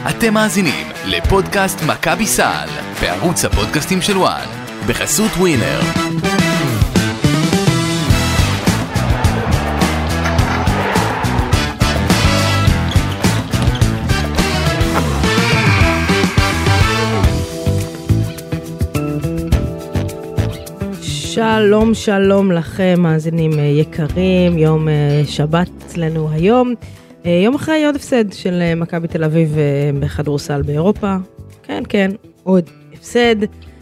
אתם מאזינים לפודקאסט מכבי סל, בערוץ הפודקאסטים של וואן, בחסות ווינר. שלום שלום לכם מאזינים יקרים, יום שבת אצלנו היום, יום אחרי עוד הפסד של מכבי תל אביב בכדורסל באירופה, כן, עוד הפסד.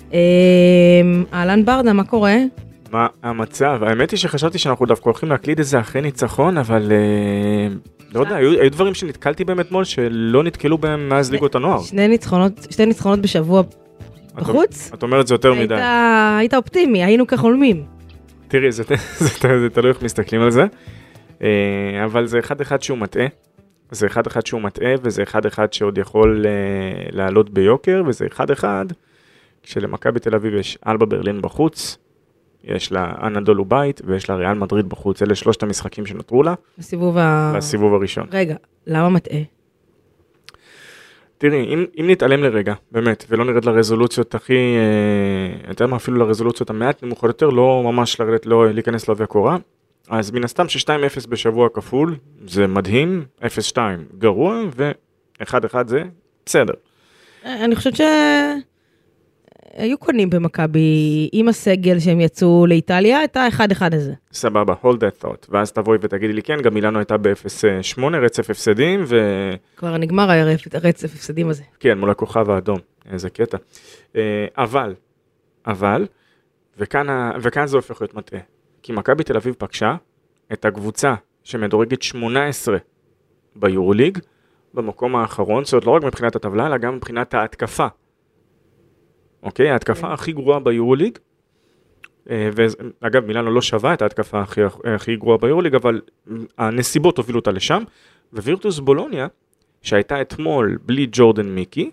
אהלן ברדה, מה קורה? מה המצב? האמת היא שחשבתי שאנחנו דווקא הולכים להקליד איזה אחרי ניצחון, אבל לא יודע, היו דברים שנתקלתי בהם אתמול שלא נתקלו בהם מאז ליגות הנוער. שתי ניצחונות בשבוע בחוץ? את אומרת זה יותר מדי. היית אופטימי, היינו כחולמים. תראי, זה תלוי איך מסתכלים על זה, אבל זה אחד שהוא מטעה, וזה אחד שעוד יכול לעלות ביוקר, וזה אחד כשלמכבי תל אביב יש אלבה ברלין בחוץ, יש לה אנדולו בית, ויש לה ריאל מדריד בחוץ, אלה שלושת המשחקים שנותרו לה, לסיבוב הראשון. רגע, למה מטעה? תראי, אם נתעלם לרגע, באמת, ולא נרד לרזולוציות הכי, אפילו לרזולוציות המעט נמוכות יותר, לא ממש לא להיכנס לעובי הקורה, אז מן הסתם ש2-0 בשבוע כפול, זה מדהים, 0-2 גרוע, ו1-1 זה בסדר. אני חושבת שהיו קונים במכבי עם הסגל שהם יצאו לאיטליה, את ה1-1 הזה. סבבה, hold that thought, ואז תבואי ותגידי לי, כן, גם אילנו הייתה ב-0-8, רצף הפסדים, כבר נגמר הרצף הפסדים הזה. כן, מול הכוכב האדום, איזה קטע. אבל, וכאן זה הופך להיות מטעה. כי מכבי תל אביב פגשה את הקבוצה שמדורגת 18 ביורוליג, במקום האחרון, זאת אומרת לא רק מבחינת הטבלה, אלא גם מבחינת ההתקפה. אוקיי? ההתקפה הכי גרועה ביורוליג, ואגב, מילאנו לא שווה את ההתקפה הכי גרועה ביורוליג, אבל הנסיבות הובילו אותה לשם, ווירטוס בולוניה, שהייתה אתמול בלי ג'ורדן מיקי,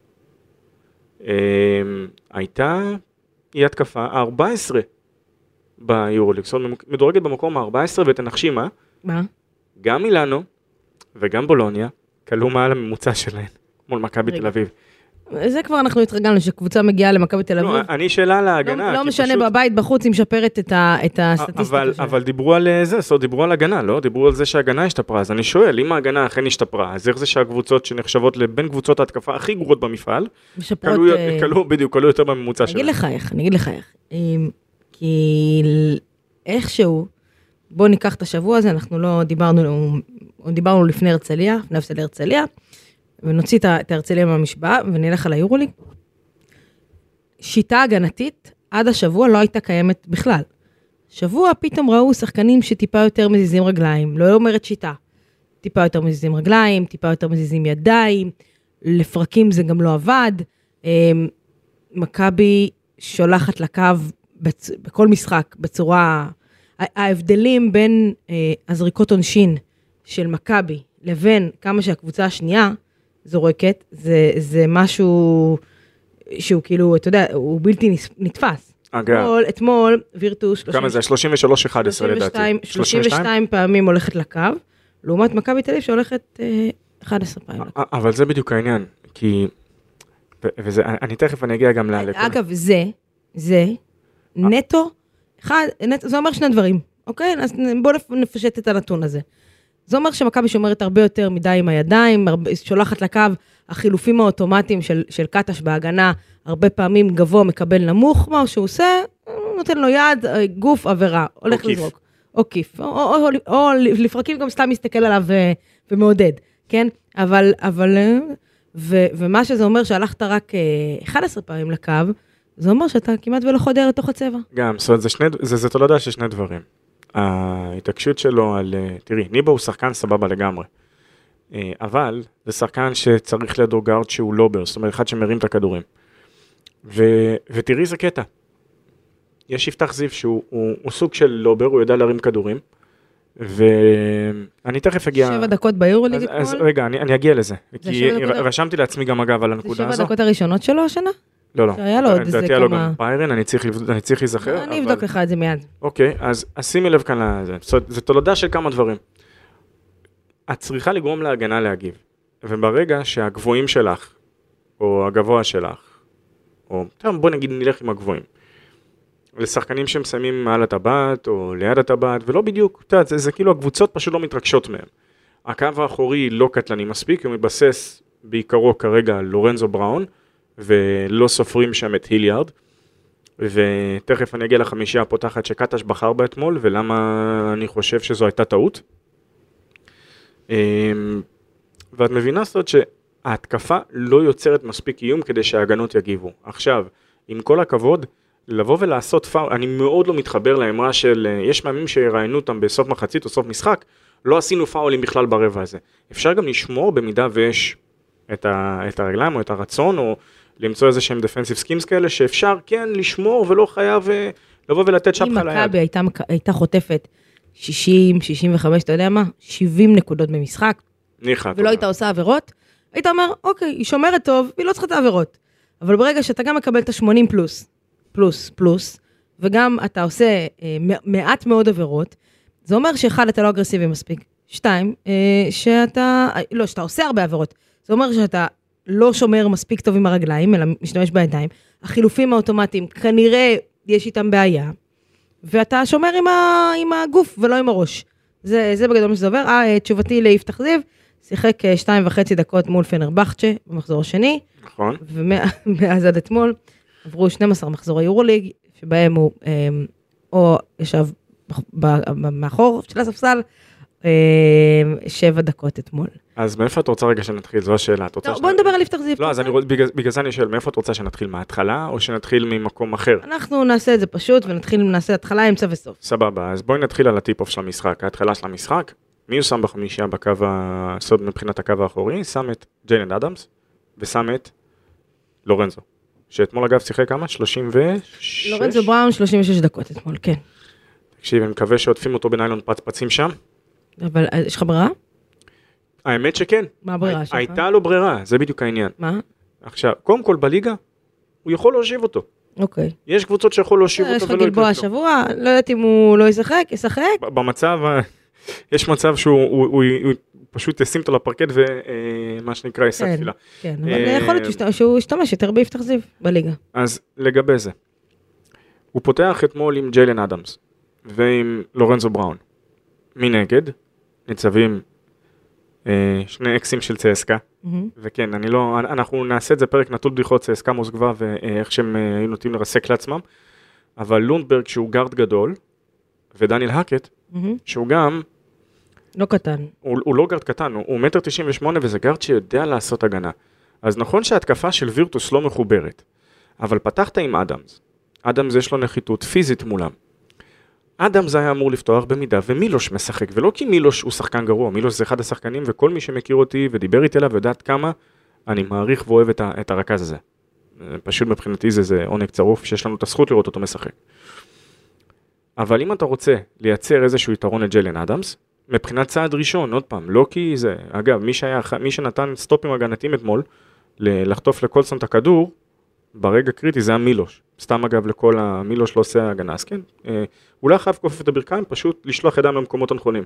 היא התקפה 14 ביורוליג, זאת אומרת, מדורגת במקום ה-14, ותנחשי מה? מה? גם מילאנו וגם בולוניה, קלו מעל הממוצע שלהן, מול מכבי תל אביב. זה כבר אנחנו התרגלנו, שקבוצה מגיעה למכבי תל אביב. לא, אני שאלה להגנה. לא משנה, בבית, בחוץ, היא משפרת את הסטטיסטיקה. אבל דיברו על זה, זאת אומרת, דיברו על הגנה, לא? דיברו על זה שההגנה השתפרה. אז אני שואל, אם ההגנה אכן השתפרה, אז איך זה שהקבוצות שנחשבות לבין קבוצות ההתקפה הכי גרועות במפעל, קלו יותר בממוצע שלהם. אני אגיד לך איך. כי איכשהו, בוא ניקח את השבוע הזה, אנחנו לא דיברנו לפני הרצליה, לפני הפסד הרצליה, ונוציא את הרצליה מהמשוואה, ונלך על היורוליג. שיטה הגנתית, עד השבוע לא הייתה קיימת בכלל. שבוע פתאום ראו שחקנים שטיפה יותר מזיזים רגליים, לא אומרת שיטה. טיפה יותר מזיזים רגליים, טיפה יותר מזיזים ידיים, לפרקים זה גם לא עבד. מכבי שולחת לקו בכל משחק, בצורה, ההבדלים בין הזריקות עונשין של מכבי, לבין כמה שהקבוצה השנייה זורקת, זה משהו שהוא כאילו, אתה יודע, הוא בלתי נתפס. אתמול וירטוס, כמה זה? 33-11 לדעתי. 32 פעמים הולכת לקו, לעומת מכבי תל אביב שהולכת 11 פעמים לקו. אבל זה בדיוק העניין, כי, אני תכף אגיע גם אגב, זה, נטו, זה אומר שני דברים, אוקיי? אז בואו נפשט את הנתון הזה. זה אומר שמכבי שומרת הרבה יותר מדי עם הידיים, שולחת לקו, החילופים האוטומטיים של קטש בהגנה, הרבה פעמים גבוה מקבל נמוך, מה שהוא עושה, נותן לו יד, גוף, עבירה, הולך לזרוק. או כיף, או לפרקים גם סתם מסתכל עליו ומעודד, כן? אבל, ומה שזה אומר שהלכת רק 11 פעמים לקו, זה אומר שאתה כמעט ולא חודר לתוך הצבע. גם, זאת אומרת, זה תולדה של שני דברים. ההתעקשות שלו על, תראי, ניבו הוא שחקן סבבה לגמרי, אבל זה שחקן שצריך לידו גארד שהוא לובר, זאת אומרת, אחד שמרים את הכדורים. ותראי זה קטע. יש יפתח זיו שהוא סוג של לובר, הוא יודע להרים כדורים, ואני תכף אגיע... 7 דקות ביורוליג אתמול? אז רגע, אני אגיע לזה, כי רשמתי לעצמי גם אגב על הנקודה הזו. זה 7 דקות הראשונות שלו השנה? לא. שהיה לו עוד איזה כמה... דעתי היה לו גם פיירן, אני צריך להיזכר. אני אבדוק לך את זה מיד. אוקיי, אז שימי לב כאן לזה. זה תולדה של כמה דברים. את צריכה לגרום להגנה להגיב. וברגע שהגבוהים שלך, או הגבוה שלך, או בוא נגיד נלך עם הגבוהים, לשחקנים שמסיימים מעל הטבעת, או ליד הטבעת, ולא בדיוק, זה כאילו הקבוצות פשוט לא מתרגשות מהם. הקו האחורי לא קטלני מספיק, הוא מתבסס בעיקרו כרגע על לורנזו בראון, ולא סופרים שם את היליארד, ותכף אני אגיע לחמישייה הפותחת שקטש בחר בה אתמול, ולמה אני חושב שזו הייתה טעות. ואת מבינה זאת שההתקפה לא יוצרת מספיק איום כדי שההגנות יגיבו. עכשיו, עם כל הכבוד, לבוא ולעשות פאול, אני מאוד לא מתחבר לאמרה של, יש מאמנים שראיינו אותם בסוף מחצית או סוף משחק, לא עשינו פאולים בכלל ברבע הזה. אפשר גם לשמור במידה ויש את הרגליים או את הרצון, או למצוא איזה שהם דפנסיב סקימס כאלה, שאפשר כן לשמור ולא חייב לבוא ולתת שפחה ליד. אם מכבי הייתה חוטפת 60, 65, אתה יודע מה? 70 נקודות במשחק, ולא הייתה עושה עבירות, היית אומר, אוקיי, היא שומרת טוב, והיא לא צריכה את העבירות. אבל ברגע שאתה גם מקבל את ה-80 פלוס, וגם אתה עושה מעט מאוד עבירות, זה אומר שאחד, אתה לא אגרסיבי מספיק. שתיים, שאתה עושה הרבה עבירות. זה אומר שאתה לא שומר מספיק טוב עם הרגליים, אלא משתמש בידיים. החילופים האוטומטיים, כנראה יש איתם בעיה, ואתה שומר עם הגוף ולא עם הראש. זה בגדול מה שזה עובר. תשובתי ליפתח זיו, שיחק 2.5 דקות מול פנרבחצ'ה במחזור השני. נכון. ומאז עד אתמול עברו 12 מחזורי יורוליג, שבהם הוא או ישב מאחור של הספסל, 7 דקות אתמול. אז מאיפה את רוצה רגע שנתחיל? זו השאלה. בוא נדבר על יפתח זיו. לא, אז בגלל זה אני שואל, מאיפה את רוצה שנתחיל? מההתחלה או שנתחיל ממקום אחר? אנחנו נעשה את זה פשוט, נעשה התחלה, אמצע וסוף. סבבה, אז בואי נתחיל על הטיפ-אוף של המשחק. ההתחלה של המשחק, מי הוא שם בחמישייה בקו הסוד מבחינת הקו האחורי? שם את ג'יילן אדמס, ושם את לורנזו. שאתמול אגב שיחק כמה? 36? לורנזו בראון 36 דקות אתמול, כן. תקשיב, אני מקווה שעוטפים אותו בניילון פצפצים שם. אבל יש לך ברירה? האמת שכן. מה הברירה שלך? הייתה לו ברירה, זה בדיוק העניין. מה? עכשיו, קודם כל בליגה, הוא יכול להושיב אותו. אוקיי. יש קבוצות שיכול להושיב אותו יש לך ולא גלבוע השבוע, לא יודעת אם הוא לא ישחק, ישחק. במצב, יש מצב שהוא פשוט ישים אותו לפרקט ומה שנקרא ישחק תפילה. כן, אבל יכול להיות שהוא ישתמש יותר ביפתח זיו בליגה. אז לגבי זה, הוא פותח אתמול עם ג'יילן אדמס ועם לורנזו בראון. מנגד, ניצבים שני אקסים של צסקה, וכן, אנחנו נעשה את זה פרק נטול בדיחות צסקה מוסקבה, ואיך שהם היו נוטים לרסק לעצמם, אבל לונדברג שהוא גארד גדול, ודניאל הקט, שהוא גם... לא קטן. הוא לא גארד קטן, הוא 1.98 וזה גארד שיודע לעשות הגנה. אז נכון שההתקפה של וירטוס לא מחוברת, אבל פתחת עם אדמס. אדמס יש לו נחיתות פיזית מולם. אדמס היה אמור לפתוח במידה ומילוש משחק, ולא כי מילוש הוא שחקן גרוע, מילוש זה אחד השחקנים, וכל מי שמכיר אותי ודיבר איתי אליו יודעת כמה אני מעריך ואוהב את הרכז הזה. פשוט מבחינתי זה עונג צרוף שיש לנו את הזכות לראות אותו משחק. אבל אם אתה רוצה לייצר איזשהו יתרון לג'יילן אדמס, מבחינת צעד ראשון, עוד פעם, לא כי זה, אגב, מי שנתן סטופים הגנתיים אתמול, לחטוף לקולסון את הכדור, ברגע קריטי זה המילוש. סתם אגב לכל המילוש לא עושה הגנה, אז כן, אולי חייב כופף את הברכיים, פשוט לשלוח ידם למקומות הנכונים.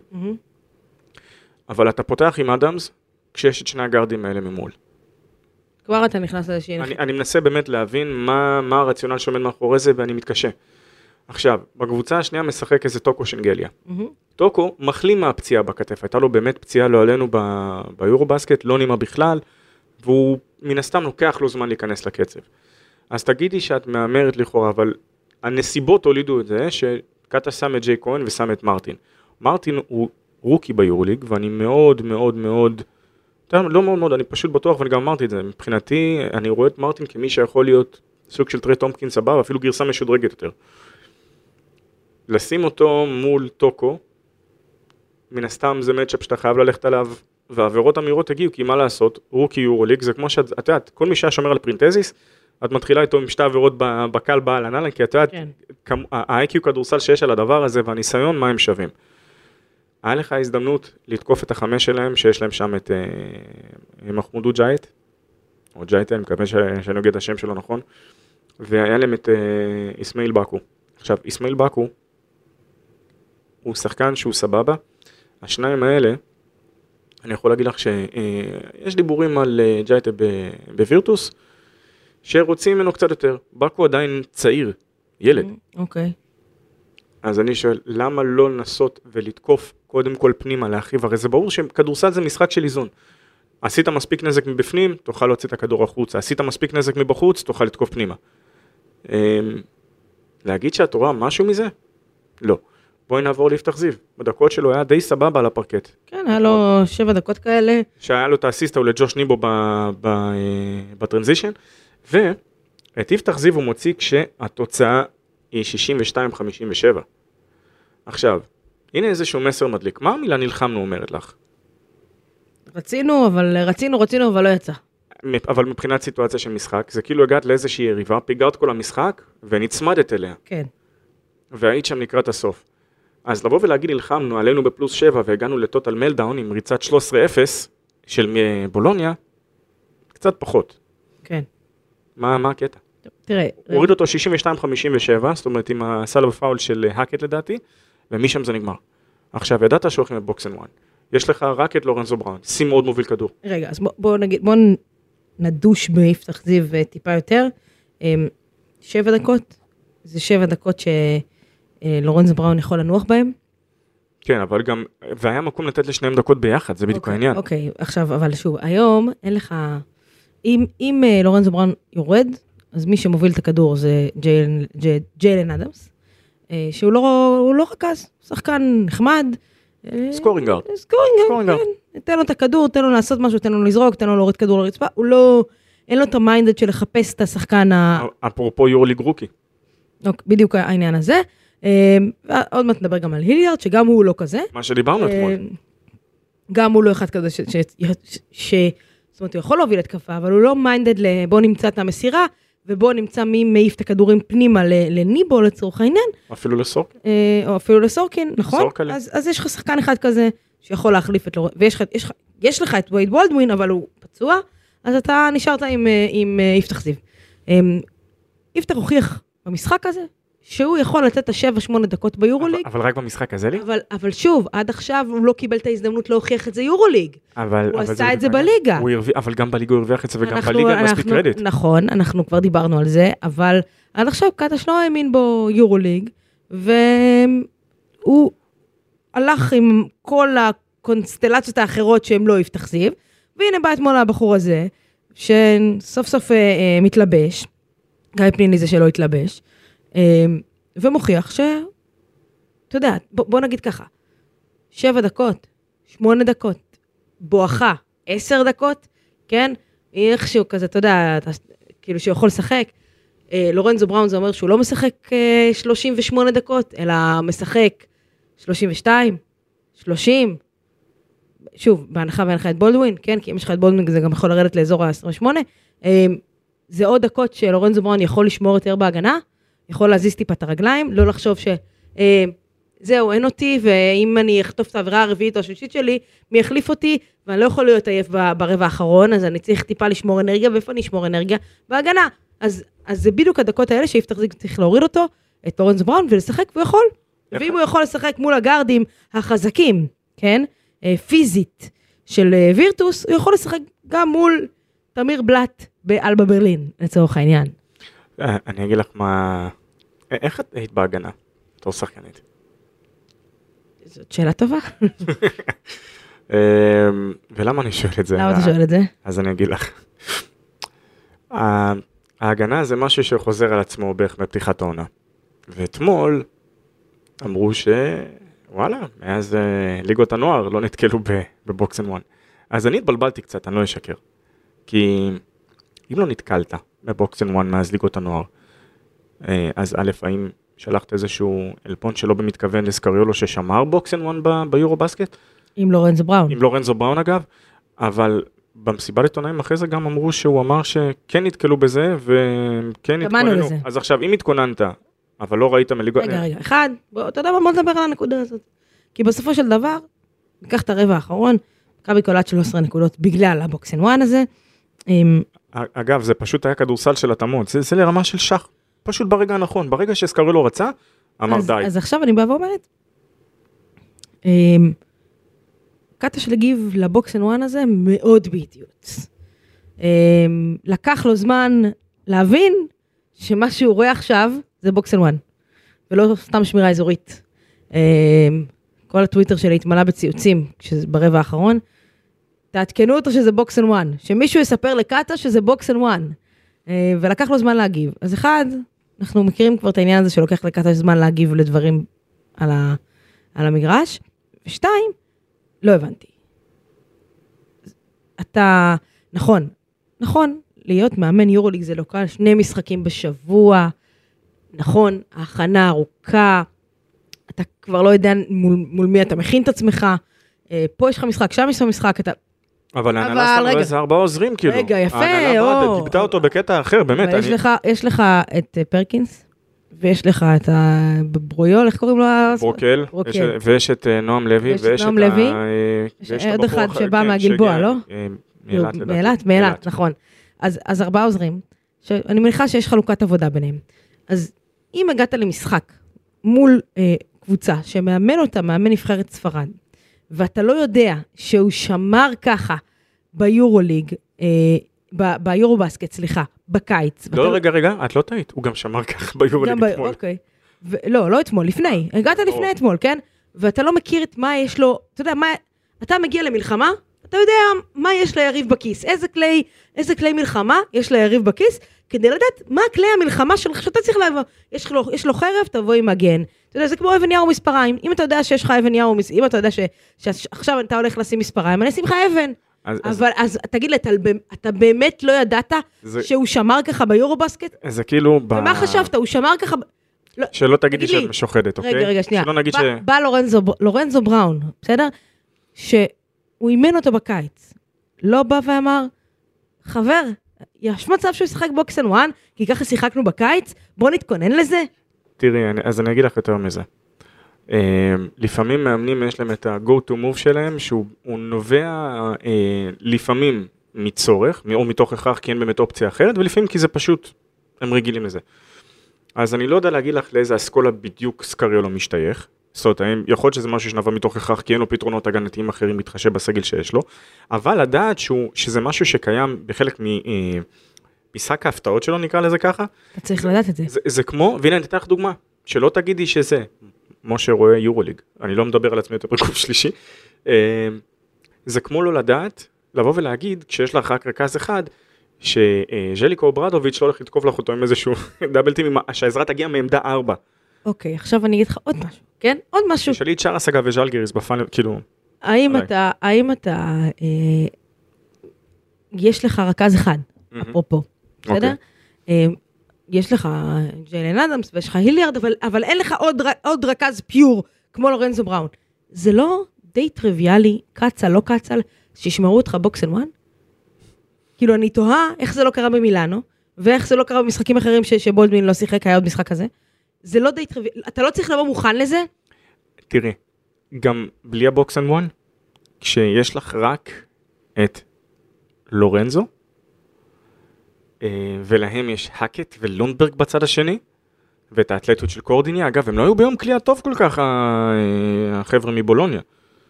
אבל אתה פותח עם אדמס, כשיש את שני הגארדים האלה ממול. כבר אתה נכנס לאיזושהי... אני מנסה באמת להבין מה הרציונל שעומד מאחורי זה, ואני מתקשה. עכשיו, בקבוצה השנייה משחק איזה טוקו שנגליה. טוקו מחלים מהפציעה בכתף, הייתה לו באמת פציעה לא עלינו ביורובסקט, לא נימה בכלל, והוא מן הסתם לוקח לו זמן להיכנס לקצב. אז תגידי שאת מאמרת לכאורה, אבל הנסיבות הולידו את זה, שקטה שם את ג'יי כהן ושם את מרטין. מרטין הוא רוקי ביורוליג, ואני מאוד מאוד מאוד, לא מאוד מאוד, אני פשוט בטוח, ואני גם אמרתי את זה, מבחינתי, אני רואה את מרטין כמי שיכול להיות סוג של טרי טומפקינס הבא, ואפילו גרסה משודרגת יותר. לשים אותו מול טוקו, מן הסתם זה מצ'אפ שאתה חייב ללכת עליו, והעבירות המהירות הגיעו, כי מה לעשות, רוקי יורוליג, זה כמו שאת יודעת, כל מי שהיה שומר על פרינטזיס, את מתחילה איתו עם שתי עבירות בקל בעל הנהלן, כי את יודעת, ה-IQ כדורסל שיש על הדבר הזה, והניסיון, מה הם שווים. היה לך הזדמנות לתקוף את החמש שלהם, שיש להם שם את מחמודו ג'ייט, או ג'ייט, אני מקווה שאני אגיד את השם שלו נכון, והיה להם את איסמאיל בקו. עכשיו, איסמאיל בקו, הוא שחקן שהוא סבבה, השניים האלה, אני יכול להגיד לך שיש דיבורים על ג'ייטה בווירטוס, שרוצים ממנו קצת יותר. בקו עדיין צעיר, ילד. אוקיי. אז אני שואל, למה לא לנסות ולתקוף קודם כל פנימה להרחיב? הרי זה ברור שכדורסל זה משחק של איזון. עשית מספיק נזק מבפנים, תוכל להוציא את הכדור החוצה. עשית מספיק נזק מבחוץ, תוכל לתקוף פנימה. להגיד שאת רואה משהו מזה? לא. בואי נעבור ליפתח זיו. בדקות שלו היה די סבבה על הפרקט. כן, היה לו 7 דקות כאלה. שהיה לו את האסיסט, הוא לג'וש ניבו בטרנזישן, ואת יפתח זיו הוא מוציא כשהתוצאה היא 62-57. עכשיו, הנה איזשהו מסר מדליק. מה המילה נלחמנו אומרת לך? רצינו, אבל לא יצא. אבל מבחינת סיטואציה של משחק, זה כאילו הגעת לאיזושהי יריבה, פיגרת כל המשחק, ונצמדת אליה. כן. והיית שם לקראת הסוף. אז לבוא ולהגיד נלחמנו, עלינו בפלוס 7, והגענו לטוטל מלדאון עם ריצת 13-0 של בולוניה, קצת פחות. כן. מה הקטע? תראה. הוריד אותו 62-57, זאת אומרת עם הסל בפאול של הקט לדעתי, ומשם זה נגמר. עכשיו, ידעת שהולכים לבוקס אנד וואן. יש לך רק את לורנזו בראון, שים מאוד מוביל כדור. רגע, אז בוא נדוש ביפתח זיו טיפה יותר. 7 דקות, זה 7 דקות שלורנזו בראון יכול לנוח בהם. כן, אבל גם, והיה מקום לתת לשניהם דקות ביחד, זה בדיוק העניין. אוקיי, עכשיו, אבל שוב, היום אין לך, אם לורנזו בראון יורד, אז מי שמוביל את הכדור זה ג'יילן אדמס, שהוא לא רכז, שחקן נחמד, סקורינג אאוט. סקורינג אאוט, כן. תן לו את הכדור, תן לו לעשות משהו, תן לו לזרוק, תן לו להוריד כדור לרצפה, הוא לא, אין לו את המיינדד של לחפש את השחקן אפרופו יורוליג רוקי. בדיוק העניין הזה. עוד מעט נדבר גם על היליארד, שגם הוא לא כזה. מה שדיברנו אתמול. גם הוא לא אחד כזה זאת אומרת, הוא יכול להוביל התקפה, אבל הוא לא מיינדד בוא נמצא את המסירה, ובוא נמצא מי מעיף את הכדורים פנימה לניבו לצורך העניין. אפילו לסורקין. או אפילו לסורקין, נכון? אז יש לך שחקן אחד כזה שיכול להחליף את לורנזו, ויש לך את וייד בולדווין, אבל הוא פצוע, אז אתה נשארת עם יפתח זיו. יפתח הוכיח במשחק הזה, שהוא יכול לתת את 7-8 דקות ביורוליג. אבל רק במשחק הזה לי? אבל שוב, עד עכשיו הוא לא קיבל את ההזדמנות להוכיח את זה יורוליג. הוא עשה את זה בליגה. אבל גם בליגה הוא הרוויח את זה, וגם בליגה מספיק קרדיט. נכון, אנחנו כבר דיברנו על זה, אבל עד עכשיו קטש לא האמין בו יורוליג, והוא הלך עם כל הקונסטלציות האחרות שהם לא יפתח זיו, והנה בא אתמול הבחור הזה, שסוף סוף מתלבש, גיא פניני זה שלא התלבש, ומוכיח אתה יודע, בוא נגיד ככה, 7 דקות, 8 דקות, בואכה 10 דקות, כן? איכשהו כזה, אתה יודע, כאילו שיכול לשחק. לורנזו בראון זה אומר שהוא לא משחק 38 דקות, אלא משחק 32, 30, שוב, בהנחה ואין לך את בולדווין, כן? כי אם יש לך את בולדווין זה גם יכול לרדת לאזור ה-28, זה עוד דקות שלורנזו בראון יכול לשמור יותר בהגנה, יכול להזיז טיפה את הרגליים, לא לחשוב זהו, אין אותי, ואם אני אחטוף את העבירה הרביעית או השלישית שלי, מי יחליף אותי, ואני לא יכול להיות עייף ברבע האחרון, אז אני צריך טיפה לשמור אנרגיה, ואיפה אני אשמור אנרגיה? בהגנה. אז זה בדיוק הדקות האלה שיפתח זיו צריך להוריד אותו, את לורנזו בראון, ולשחק, והוא יכול. ואם הוא יכול לשחק מול הגארדים החזקים, כן? פיזית של וירטוס, הוא יכול לשחק גם מול תמיר בלט באלבה ברלין, לצורך העניין. אני אגיד לך מה... איך את היית בהגנה? בתור שחקנית. זאת שאלה טובה. ולמה אני שואל את זה? למה אתה שואל את זה? אז אני אגיד לך. ההגנה זה משהו שחוזר על עצמו בערך בפתיחת העונה. ואתמול אמרו שוואלה, מאז ליגות הנוער לא נתקלו בבוקס אנד וואן. אז אני התבלבלתי קצת, אני לא אשקר. כי אם לא נתקלת בבוקס אנד וואן מאז ליגות הנוער, אז א', האם שלחת איזשהו אלפון שלא במתכוון לסקריולו ששמר בוקס אנד וואן ביורו בסקט? עם לורנזו בראון. עם לורנזו בראון אגב, אבל במסיבת עיתונאים אחרי זה גם אמרו שהוא אמר שכן נתקלו בזה וכן התכוננו. אז עכשיו, אם התכוננת, אבל לא ראית מליגות... רגע, אחד, אתה יודע מה, בוא נדבר על הנקודה הזאת. כי בסופו של דבר, ניקח את הרבע האחרון, מכבי קולט 13 נקודות בגלל הבוקס אנד וואן הזה. אגב, זה פשוט היה כדורסל של התאמות, זה לרמה של שח. פשוט ברגע הנכון, ברגע שסקריולו רצה, אמר די. אז עכשיו אני באה ואומרת, קטש הגיב לבוקס אנד וואן הזה מאוד באיטיות. לקח לו זמן להבין שמה שהוא רואה עכשיו זה בוקס אנד וואן, ולא סתם שמירה אזורית. כל הטוויטר שלי התמלא בציוצים, ברבע האחרון, תעדכנו אותו שזה בוקס אנד וואן, שמישהו יספר לקטש שזה בוקס אנד וואן, ולקח לו זמן להגיב. אז אחד, אנחנו מכירים כבר את העניין הזה שלוקח לקטש זמן להגיב לדברים על המגרש, ושתיים, לא הבנתי. אתה, נכון, להיות מאמן יורוליג זה לא קל, 2 משחקים בשבוע, נכון, ההכנה ארוכה, אתה כבר לא יודע מול מי אתה מכין את עצמך, פה יש לך משחק, שם יש לך משחק, אתה... אבל ההנהלה סתם איזה 4 עוזרים, כאילו. רגע, יפה, ההנהלה דיבדה אותו בקטע אחר, באמת. יש לך את פרקינס, ויש לך את הברויול, איך קוראים לו? ברוקל, ויש את נועם לוי, ויש את נועם לוי, יש עוד אחד שבא מהגלבוע, לא? מאילת, נכון. אז 4 עוזרים, אני מניחה שיש חלוקת עבודה ביניהם. אז אם הגעת למשחק מול קבוצה שמאמן אותה, מאמן נבחרת ספרד, ואתה לא יודע שהוא שמר ככה ביורוליג, ביורובסקט, סליחה, בקיץ. לא, רגע, את לא טעית, הוא גם שמר ככה ביורוליג אתמול. אוקיי. לא אתמול, לפני. הגעת לפני אתמול, כן? ואתה לא מכיר את מה יש לו, אתה יודע, אתה מגיע למלחמה, אתה יודע מה יש ליריב בכיס, איזה כלי מלחמה יש ליריב בכיס, כדי לדעת מה כלי המלחמה שלך, שאתה צריך לבוא, יש לו חרב, תבוא עם מגן. אתה יודע, זה כמו אבן יער מספריים. אם אתה יודע שיש לך אבן יער, אם אתה יודע שעכשיו אתה הולך לשים מספריים, אני אשים לך אבן. אבל אז תגיד לי, אתה באמת לא ידעת שהוא שמר ככה ביורובסקט? זה כאילו... ומה חשבת? הוא שמר ככה... שלא תגידי שאת משוחדת, אוקיי? רגע, שנייה. בא לורנזו בראון, בסדר? שהוא אימן אותו בקיץ. לא בא ואמר, חבר, יש מצב שהוא ישחק בוקס אנד וואן, כי ככה שיחקנו בקיץ, בוא נתכונן לזה. תראי, אז אני אגיד לך יותר מזה. לפעמים מאמנים יש להם את ה-go to move שלהם, שהוא נובע לפעמים מצורך, או מתוך הכרח, כי אין באמת אופציה אחרת, ולפעמים כי זה פשוט, הם רגילים לזה. אז אני לא יודע להגיד לך לאיזה אסכולה בדיוק סקריולו משתייך, זאת אומרת, יכול להיות שזה משהו שנבע מתוך הכרח, כי אין לו פתרונות הגנתיים אחרים מתחשב בסגל שיש לו, אבל לדעת שזה משהו שקיים בחלק משחק ההפתעות שלו, נקרא לזה ככה. אתה צריך לדעת את זה. זה כמו, והנה אני אתן לך דוגמה, שלא תגידי שזה, משה רואה יורוליג, אני לא מדבר על עצמי יותר בקוף שלישי, זה כמו לא לדעת, לבוא ולהגיד, כשיש לך רק רכז אחד, שז'ליקו ברדוביץ' לא הולך לתקוף לך אותו עם איזשהו דאבל טים, שהעזרה תגיע מעמדה 4. אוקיי, עכשיו אני אגיד לך עוד משהו, כן? עוד משהו. תשאלי את שער השגה וז'לגיריס בפאנל, כאילו... האם אתה, יש לך רכז אחד, אפרופו, בסדר? יש לך ג'יילן אדמס ויש לך היליארד, אבל אין לך עוד רכז פיור, כמו לורנזו בראון. זה לא די טריוויאלי, קצה, לא קצה, שישמרו אותך בוקס אנד וואן? כאילו אני תוהה איך זה לא קרה במילאנו, ואיך זה לא קרה במשחקים אחרים שבולדווין לא שיחק, היה עוד משחק כזה. זה לא די טריוויאלי, אתה לא צריך לבוא מוכן לזה? תראי, גם בלי הבוקס אנד וואן, כשיש לך רק את לורנזו, ולהם יש הקט ולונדברג בצד השני, ואת האתלטיות של קורדיניה, אגב, הם לא היו ביום קליעה טוב כל כך, החבר'ה מבולוניה.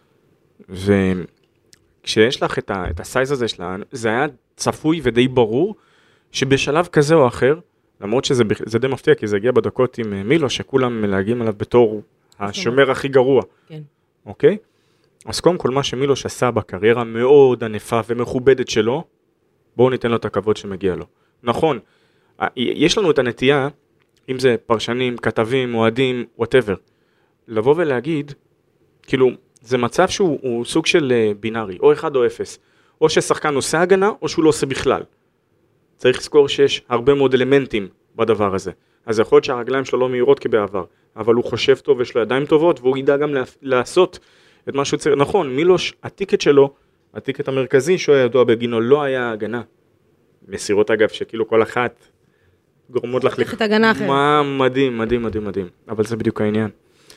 וכשיש לך את הסייז הזה שלנו, זה היה צפוי ודי ברור, שבשלב כזה או אחר, למרות שזה די מפתיע, כי זה הגיע בדקות עם מילו, שכולם מלהגים עליו בתור השומר הכי גרוע. כן. אוקיי? אז קודם כל מה שמילוש עשה בקריירה מאוד ענפה ומכובדת שלו, בואו ניתן לו את הכבוד שמגיע לו. נכון, יש לנו את הנטייה, אם זה פרשנים, כתבים, מועדים, whatever, לבוא ולהגיד, כאילו, זה מצב שהוא סוג של בינארי, או 1 או 0, או ששחקן עושה הגנה, או שהוא לא עושה בכלל. צריך לזכור שיש הרבה מאוד אלמנטים בדבר הזה. אז יכול להיות שהרגליים שלו לא מהירות כבעבר, אבל הוא חושב טוב, יש לו ידיים טובות, והוא ידע גם לעשות את מה שהוא צריך. נכון, מילוש, הטיקט שלו, הטיקט המרכזי שהוא היה ידוע בגינו, לא היה הגנה. מסירות אגב, שכאילו כל אחת גורמות לך את הגנה אחרת. מדהים, מדהים, מדהים, מדהים. אבל זה בדיוק העניין.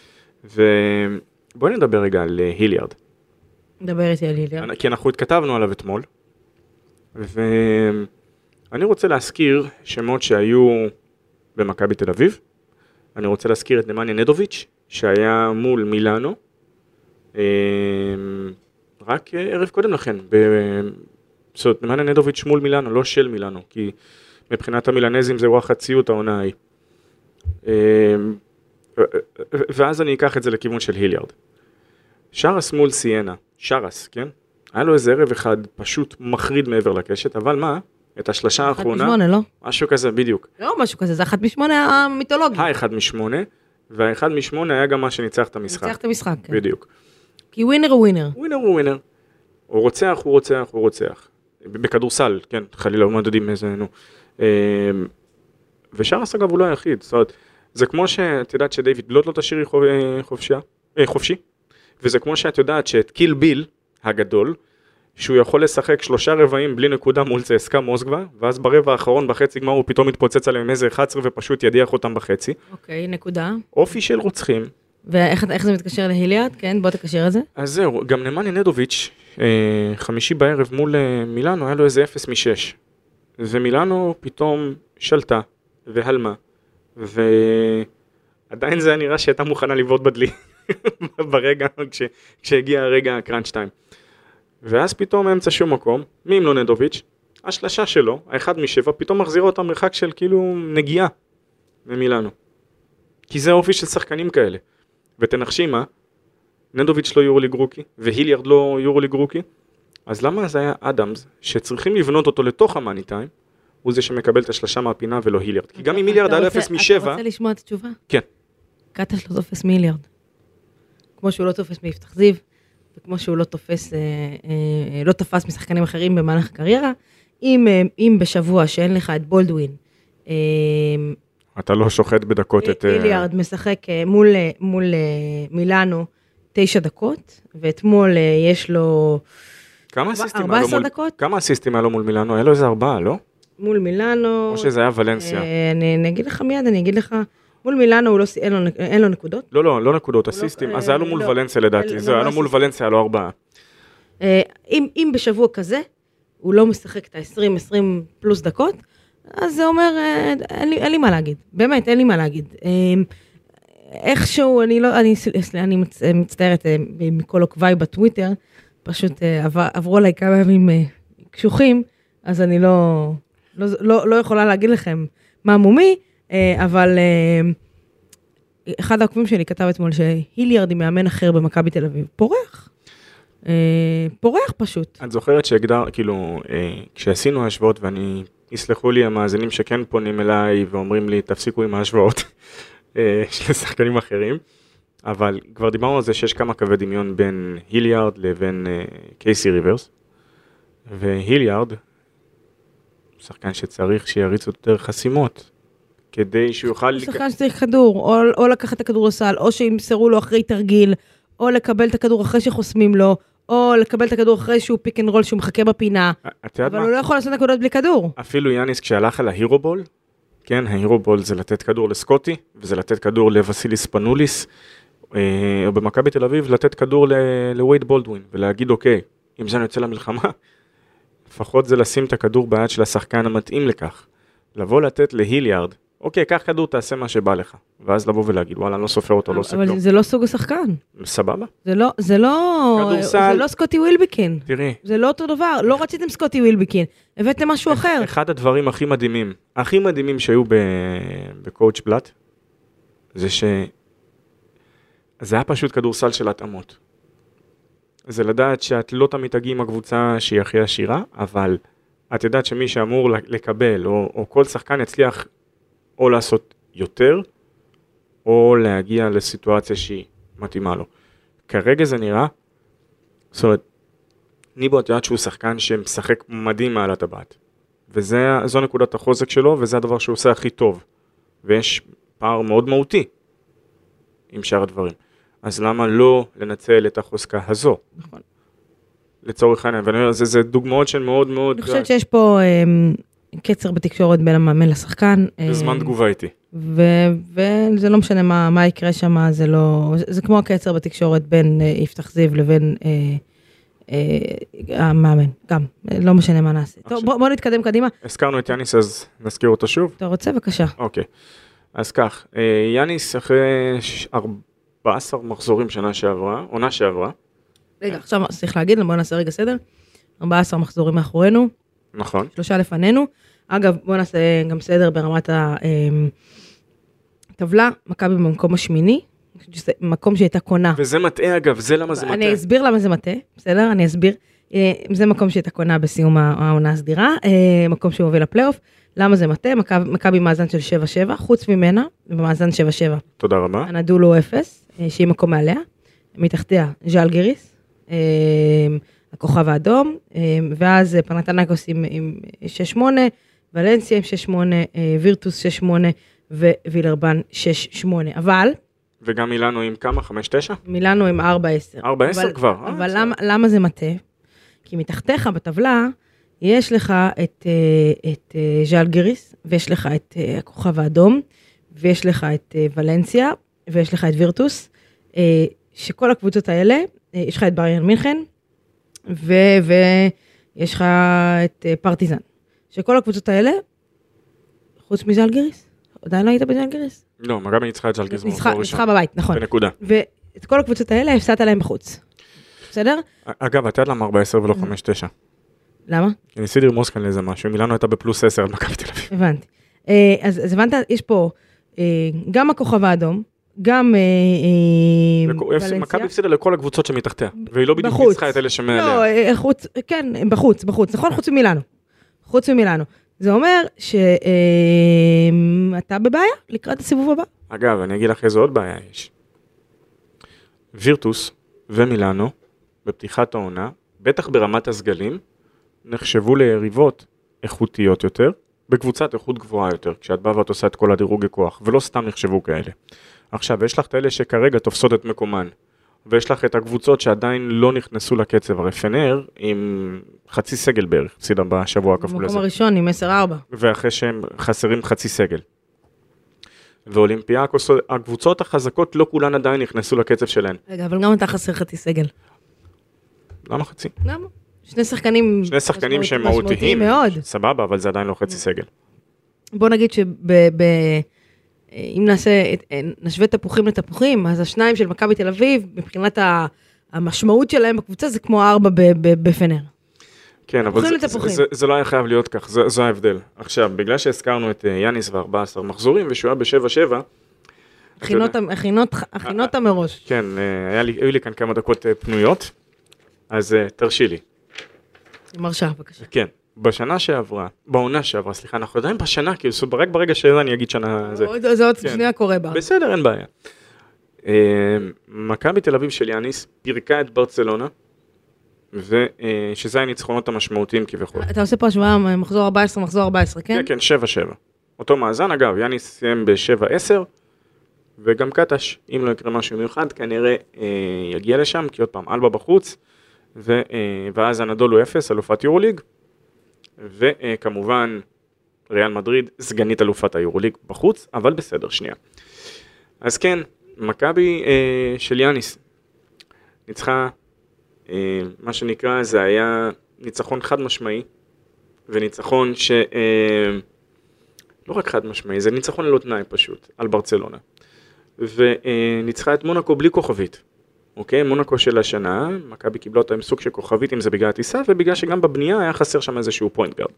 ובואי נדבר רגע על היליארד. נדבר איתי על היליארד. כי אנחנו התכתבנו עליו אתמול, ואני רוצה להזכיר שמות שהיו במכבי תל אביב. אני רוצה להזכיר את נמניה נדוביץ', שהיה מול מילאנו. רק ערב קודם לכן, זאת אומרת, נמאן נדוביץ' מול מילאנו, לא של מילאנו, כי מבחינת המילנזים זה וואחד ציוט העונה ההיא. ואז אני אקח את זה לכיוון של היליארד. שרס מול סיינה, שרס, כן? היה לו איזה ערב אחד פשוט מחריד מעבר לקשת, אבל מה? את השלשה האחרונה... 1 מ-8, לא? משהו כזה, בדיוק. לא משהו כזה, זה 1 מ-8 המיתולוגי. 1 מ-8, וה-1 מ-8 היה גם מה שניצח את המשחק. ניצח את המשחק, כן. בדיוק. כי ווינר הוא ווינר. ווינר הוא ווינר. הוא רוצח, הוא רוצח, הוא רוצח. בכדורסל, כן, חלילה, הוא מדדים איזה, נו. ושרס אגב הוא לא היחיד, זאת אומרת, זה כמו שאת יודעת שדייוויד בלוט לא תשאירי חופשי, וזה כמו שאת יודעת שאת קיל ביל הגדול, שהוא יכול לשחק 3 רבעים בלי נקודה מול צסקה מוסקבה, ואז ברבע האחרון בחצי גמר הוא פתאום מתפוצץ עליהם איזה 11 ופשוט ידיח אותם בחצי. אוקיי, נקודה. אופי של רוצחים. ואיך זה מתקשר להיליארד? כן, בוא תקשר את זה. אז זהו, גם נמאן נדוביץ', חמישי בערב מול מילאנו, היה לו איזה 0 מ-6. ומילאנו פתאום שלטה והלמה, ועדיין זה נראה שהייתה מוכנה לבעוט בדלי ברגע, כשהגיע הרגע הקראנץ' טיים. ואז פתאום אמצע שום מקום, מי אם לא נדוביץ', השלשה שלו, האחד מ-7, פתאום מחזירה אותה מרחק של כאילו נגיעה ממילאנו. כי זה האופי של שחקנים כאלה. ותנחשי מה, נדוביץ' לא יורוליג רוקי, והיליארד לא יורוליג רוקי, אז למה זה היה אדמס, שצריכים לבנות אותו לתוך המאני טיים, הוא זה שמקבל את השלשה מהפינה ולא היליארד. כי גם אם היליארד היה 0 מ-7... אתה רוצה לשמוע את התשובה? כן. קטש לא תופס מהיליארד. כמו שהוא לא תופס מיפתח זיו, וכמו שהוא לא תפס משחקנים אחרים במהלך הקריירה, אם בשבוע שאין לך את בולדווין, אתה לא שוחט בדקות את... היליארד משחק מול מילאנו 9 דקות, ואתמול יש לו 14 דקות. כמה אסיסטים היה לו מול מילאנו? היה לו איזה 4, לא? מול מילאנו... או שזה היה ולנסיה. אני אגיד לך מיד, אני אגיד לך... מול מילאנו אין לו נקודות. לא נקודות, אסיסטים. אז היה לו מול ולנסיה לדעתי. זה היה לו מול ולנסיה, היה לו 4. אם בשבוע כזה, הוא לא משחק את ה-20 פלוס דקות, אז זה אומר, אין לי מה להגיד. באמת, אין לי מה להגיד. איכשהו, אני מצטערת מכל עוקביי בטוויטר, פשוט עברו עליי כמה ימים קשוחים, אז אני לא יכולה להגיד לכם מה מומי, אבל אחד העוקבים שלי כתב אתמול שהיליארד היא מאמן אחר במכבי תל אביב. פורח פשוט. את זוכרת כאילו, כשעשינו השוואות, ואני, יסלחו לי המאזינים שכן פונים אליי ואומרים לי, תפסיקו עם ההשוואות של שחקנים אחרים, אבל כבר דיברנו על זה שיש כמה קווי דמיון בין היליארד לבין קייסי ריברס, והיליארד, שחקן שצריך שיריץ יותר חסימות, כדי שהוא יוכל... שחקן שצריך כדור, או לקחת את הכדור לסל, או שימסרו לו אחרי תרגיל, או לקבל את הכדור אחרי שחוסמים לו, או לקבל את הכדור אחרי שהוא פיק אנד רול, שהוא מחכה בפינה. אבל הוא לא יכול לעשות נקודות בלי כדור. אפילו יאניס כשהלך על ההירובול, כן, ההירובול זה לתת כדור לסקוטי, וזה לתת כדור לווסיליס פנוליס, או במכבי תל אביב, לתת כדור לווייד בולדווין, ולהגיד, אוקיי, אם זה יוצא למלחמה, לפחות זה לשים את הכדור ביד של השחקן המתאים לכך. לבוא לתת להיליארד, אוקיי, קח כדור, תעשה מה שבא לך. ואז לבוא ולהגיד, וואלה, אני לא סופר אותו, לא עושה כלום. אבל זה לא סוג השחקן. סבבה. זה לא סקוטי ווילבקין. תראי. זה לא אותו דבר. לא רציתם סקוטי ווילבקין. הבאתם משהו אחר. אחד הדברים הכי מדהימים שהיו בקואוצ' בלאט, זה היה פשוט כדורסל של התאמות. זה לדעת שאת לא תמיד תגיעי עם הקבוצה שהיא הכי עשירה, אבל את יודעת שמי שאמור לקבל, או כל שחקן יצליח או לעשות יותר, או להגיע לסיטואציה שהיא מתאימה לו. כרגע זה נראה, זאת אומרת, ניבו את יודעת שהוא שחקן שמשחק מדהים מעל הטבעת, וזו נקודת החוזק שלו, וזה הדבר שהוא עושה הכי טוב, ויש פער מאוד מהותי עם שאר הדברים. אז למה לא לנצל את החוזקה הזו? נכון. לצורך העניין, ואני אומר, זה דוגמאות שהן מאוד מאוד... אני חושבת שיש פה קצר בתקשורת בין המאמן לשחקן. בזמן תגובה איתי. וזה לא משנה מה יקרה שם, זה כמו הקצר בתקשורת בין יפתח זיו לבין המאמן, גם, לא משנה מה נעשה. טוב, בוא נתקדם קדימה. הזכרנו את יאניס, אז נזכיר אותו שוב. אתה רוצה? בבקשה. אוקיי, אז כך, יאניס אחרי 14 מחזורים עונה שעברה, רגע, עכשיו צריך להגיד, בוא נעשה רגע סדר. 14 מחזורים מאחורינו, נכון. 3 לפנינו. אגב, בוא נעשה גם סדר ברמת הטבלה. מכבי במקום השמיני, מקום שהייתה קונה. וזה מטעה אגב, זה למה זה מטעה. אני אסביר למה זה מטעה, בסדר? אני אסביר. זה מקום שהייתה קונה בסיום העונה הסדירה, מקום שמוביל לפלייאוף. למה זה מטעה? מכבי מאזן של 7-7, חוץ ממנה, במאזן 7-7. תודה רבה. הנדולו 0, שהיא מקום מעליה. מתחתיה, ז'אלגיריס, הכוכב האדום, ואז פנתנאיקוס עם 6-8, ולנסיה עם 6-8, וירטוס 6-8, ווילרבן 6-8. אבל... וגם מילאנו עם כמה? 5-9? מילאנו עם 4-10. 4-10 כבר. אבל למה זה מטעה? כי מתחתיך בטבלה, יש לך את ז'אלגיריס, ויש לך את הכוכב האדום, ויש לך את ולנסיה, ויש לך את וירטוס, שכל הקבוצות האלה, יש לך את ביירן מינכן, ויש לך את פרטיזן. שכל הקבוצות האלה, חוץ מז'אלגיריס, עדיין לא היית בז'אלגיריס? לא, מכבי ניצחה את ז'אלגיריס במקום ראשון. ניצחה בבית, נכון. בנקודה. ואת כל הקבוצות האלה הפסדת להם בחוץ. בסדר? אגב, אתה יודע למה 4-10 ולא 5-9? למה? אני ניסיתי לרמוז כאן לאיזה משהו, מילאנו הייתה בפלוס 10 על מכבי תל אביב. הבנתי. אז הבנת, יש פה גם הכוכב האדום, גם ולנסיה. מכבי הפסידה לכל הקבוצות שמתחתיה, והיא לא בדיוק ניצחה את אלה שמעליה. לא, כן, בחוץ, נכון? חוץ ממילאנו. זה אומר שאתה בבעיה לקראת הסיבוב הבא. אגב, אני אגיד לך איזו עוד בעיה יש. וירטוס ומילאנו, בפתיחת העונה, בטח ברמת הסגלים, נחשבו ליריבות איכותיות יותר, בקבוצת איכות גבוהה יותר, כשאת באה ואת עושה את כל הדירוג הכוח, ולא סתם נחשבו כאלה. עכשיו, יש לך את אלה שכרגע תופסות את מקומן, ויש לך את הקבוצות שעדיין לא נכנסו לקצב, הרי פנר עם חצי סגל בערך, הפסידה בשבוע הכפול הזה. במקום הראשון עם 10-4. ואחרי שהם חסרים חצי סגל. ואולימפיאקוס, הקבוצות החזקות לא כולן עדיין נכנסו לקצב שלהן. רגע, אבל גם אתה חסר חצי סגל. למה חצי? למה? שני שחקנים שהם מהותיים מאוד. סבבה, אבל זה עדיין לא חצי סגל. בוא נגיד אם נשווה תפוחים לתפוחים, אז השניים של מכבי תל אביב, מבחינת המשמעות שלהם בקבוצה, זה כמו 4 בפנר. כן, אבל זה לא היה חייב להיות כך, זו ההבדל. עכשיו, בגלל שהזכרנו את יאניס ו14 מחזורים, ושהוא היה ב7-7, הכינות מראש. כן, היו לי כאן כמה דקות פנויות, אז תרשי לי. מרשה, בבקשה. כן, בעונה שעברה, סליחה, אנחנו עדיין בשנה, כאילו, רק ברגע שאני אגיד שנה זה. זה עוד שנייה קורה בה. בסדר, אין בעיה. מכבי תל אביב של יאניס פירקה את ברצלונה, ושזה הניצחונות המשמעותיים כביכול. אתה עושה פה השוואה מחזור 14, כן? כן, 7-7. אותו מאזן, אגב, יאניס סיים ב7-10, וגם קטש, אם לא יקרה משהו מיוחד, כנראה יגיע לשם, כי עוד פעם, אלבה בחוץ, ואז הנדולו 0, אלופת יורוליג, וכמובן, ריאל מדריד, סגנית אלופת היורוליג בחוץ, אבל בסדר, שנייה. אז כן, מכבי של יאניס, ניצחה, מה שנקרא, זה היה ניצחון חד משמעי, וניצחון לא רק חד משמעי, זה ניצחון ללא תנאי פשוט, על ברצלונה. וניצחה את מונקו בלי כוכבית. אוקיי, מונקו של השנה, מכבי קיבלה אותה עם סוג של כוכבית, אם זה בגלל הטיסה, ובגלל שגם בבנייה היה חסר שם איזשהו פוינט גארד.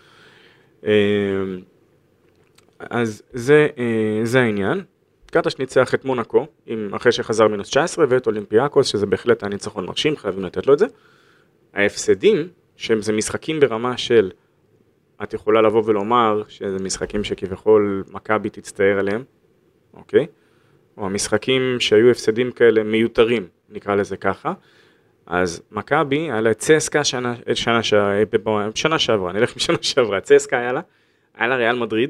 אז זה העניין. קטש ניצח את מונקו, אחרי שחזר מינוס 19, ואת אולימפיאקוס, שזה בהחלט הניצחון מרשים, חייבים לתת לו את זה. ההפסדים, שזה משחקים ברמה של, את יכולה לבוא ולומר, שזה משחקים שכביכול מכבי תצטער עליהם, אוקיי? או המשחקים שהיו הפסדים כאלה מיותרים, נקרא לזה ככה. אז מכבי, היה לה את צסקה שנה שעברה, נלך עם שנה שעברה, צסקה היה לה ריאל מדריד,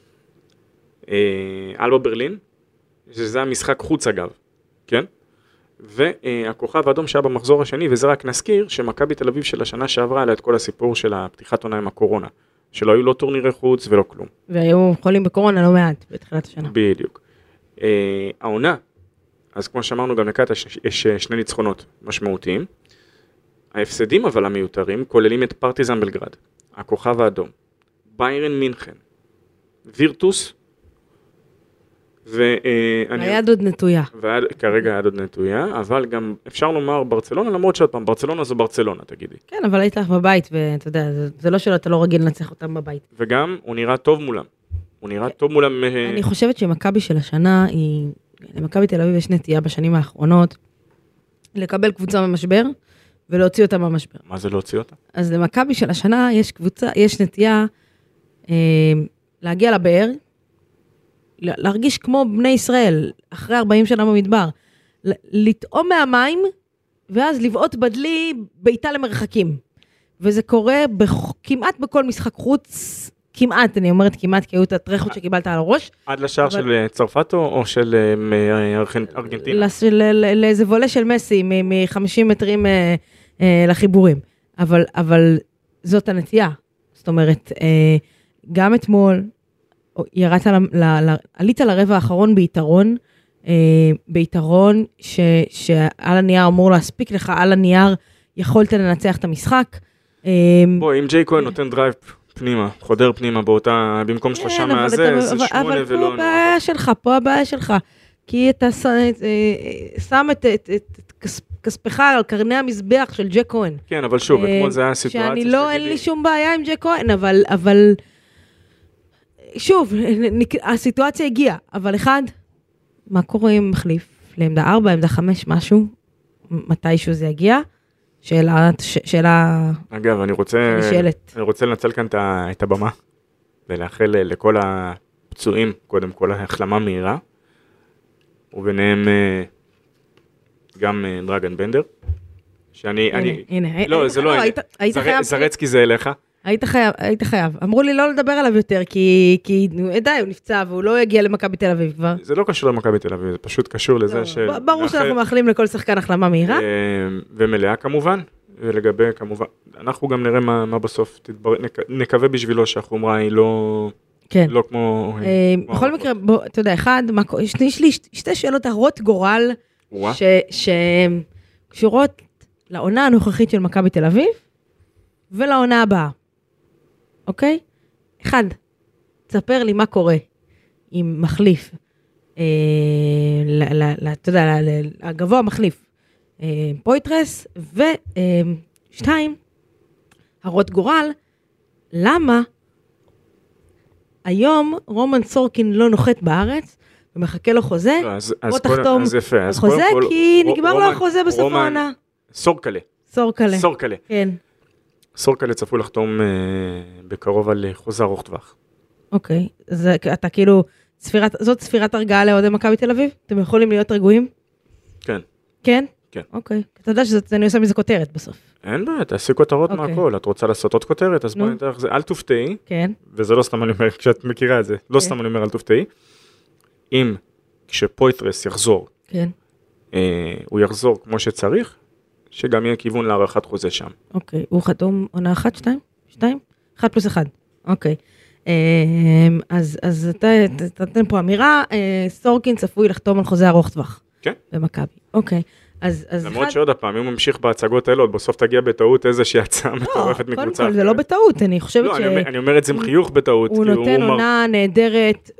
אלבה ברלין, שזה המשחק חוץ אגב, כן? והכוכב האדום שהיה במחזור השני, וזה רק נזכיר, שמכבי תל אביב של השנה שעברה, היה את כל הסיפור של הפתיחת עונה עם הקורונה, שלא היו לא טורנירי חוץ ולא כלום. והיו חולים בקורונה לא מעט בתחילת השנה. בדיוק. העונה, אז כמו שאמרנו גם לקטש, יש שני ניצחונות משמעותיים. ההפסדים אבל המיותרים, כוללים את פרטיזן בלגרד, הכוכב האדום, ביירן מינכן, וירטוס, היד עוד נטויה. כרגע היד עוד נטויה, אבל גם אפשר לומר ברצלונה, למרות שעוד פעם, ברצלונה זו ברצלונה, תגידי. כן, אבל היית לך בבית, ואתה יודע, זה לא שאתה לא רגיל לנצח אותם בבית. וגם הוא נראה טוב מולם. הוא נראה טוב מולם. אני חושבת שמכבי של השנה היא, למכבי תל אביב יש נטייה בשנים האחרונות, לקבל קבוצה ממשבר, ולהוציא אותה מהמשבר. מה זה להוציא אותה? אז למכבי של השנה יש נטייה להגיע לבאר, להרגיש כמו בני ישראל, אחרי 40 שנה במדבר, לטעום מהמים, ואז לבעוט בדלי ביתה למרחקים. וזה קורה כמעט בכל משחק חוץ, כמעט, אני אומרת כמעט, כי היו את הטרחות שקיבלת על הראש. עד לשער של צרפת או של ארגנטינה? לאיזה וולה של מסי, מ-50 מטרים לחיבורים. אבל זאת הנטייה. זאת אומרת, גם אתמול, עלית לרבע האחרון ביתרון שעל הנייר אמור להספיק לך, על הנייר יכולת לנצח את המשחק. בוא, אם ג'יי כהן נותן דרייב פנימה, חודר פנימה באותה, במקום 3 מהזה, זה 8 ולא... אבל פה הבעיה שלך, כי אתה שם את כספך על קרני המזבח של ג'יי כהן. כן, אבל שוב, אתמול זה היה סיטואציה... שאני לא, אין לי שום בעיה עם ג'יי כהן, אבל... שוב, הסיטואציה הגיעה, אבל אחד, מה קורה אם מחליף? לעמדה 4, עמדה 5, משהו? מתישהו זה יגיע? שאלה... אגב, אני רוצה לנצל כאן את הבמה, ולאחל לכל הפצועים, קודם כל, החלמה מהירה, וביניהם גם דרגן בנדר, שאני... הנה. לא, זה לא... זרצקי זה אליך. היית חייב. אמרו לי לא לדבר עליו יותר, כי די, הוא נפצע, והוא לא יגיע למכבי תל אביב כבר. זה לא קשור למכבי תל אביב, זה פשוט קשור לזה ש... ברור שאנחנו מאחלים לכל שחקן החלמה מהירה. ומלאה כמובן, ולגבי כמובן, אנחנו גם נראה מה בסוף נקווה בשבילו שהחומרה היא לא... כן. לא כמו... בכל מקרה, אתה יודע, אחד, יש לי שתי שאלות הרות גורל, שקשורות לעונה הנוכחית של מכבי תל אביב, ולעונה הבאה. אוקיי? אחד, תספר לי מה קורה עם מחליף, אתה יודע, הגבוה מחליף, פויטרס, ושתיים, הרות גורל, למה היום רומן סורקין לא נוחת בארץ, ומחכה לו חוזה, בוא תחתום חוזה, כי נגמר לו החוזה בסוף העונה. סורקלה. כן. סורקלה צפוי לחתום בקרוב על חוזה ארוך טווח. אוקיי, אז אתה כאילו, זאת ספירת הרגעה לאוהדי מכבי תל אביב? אתם יכולים להיות רגועים? כן. כן? כן. אוקיי, אתה יודע שאני עושה מזה כותרת בסוף. אין בעיה, תעשי כותרות מהכל, את רוצה לעשות עוד כותרת, אז בואי נתן לך זה, אל תופתעי, וזה לא סתם אני אומר, כשאת מכירה את זה, לא סתם אני אומר אל תופתעי, אם כשפויטרס יחזור, הוא יחזור כמו שצריך, שגם יהיה כיוון להערכת חוזה שם. אוקיי, הוא חתום עונה 1, 2? 2? 1 פלוס 1. אוקיי. אז אתה תתן פה אמירה, סורקין צפוי לחתום על חוזה ארוך טווח. כן. במכבי. אוקיי. למרות שעוד הפעם, אם הוא ממשיך בהצגות האלה, בסוף תגיע בטעות איזושהי הצעה מטורפת מקבוצה. קודם כל, זה לא בטעות, אני חושבת ש... לא, אני אומר את זה עם חיוך בטעות. הוא נותן עונה נהדרת,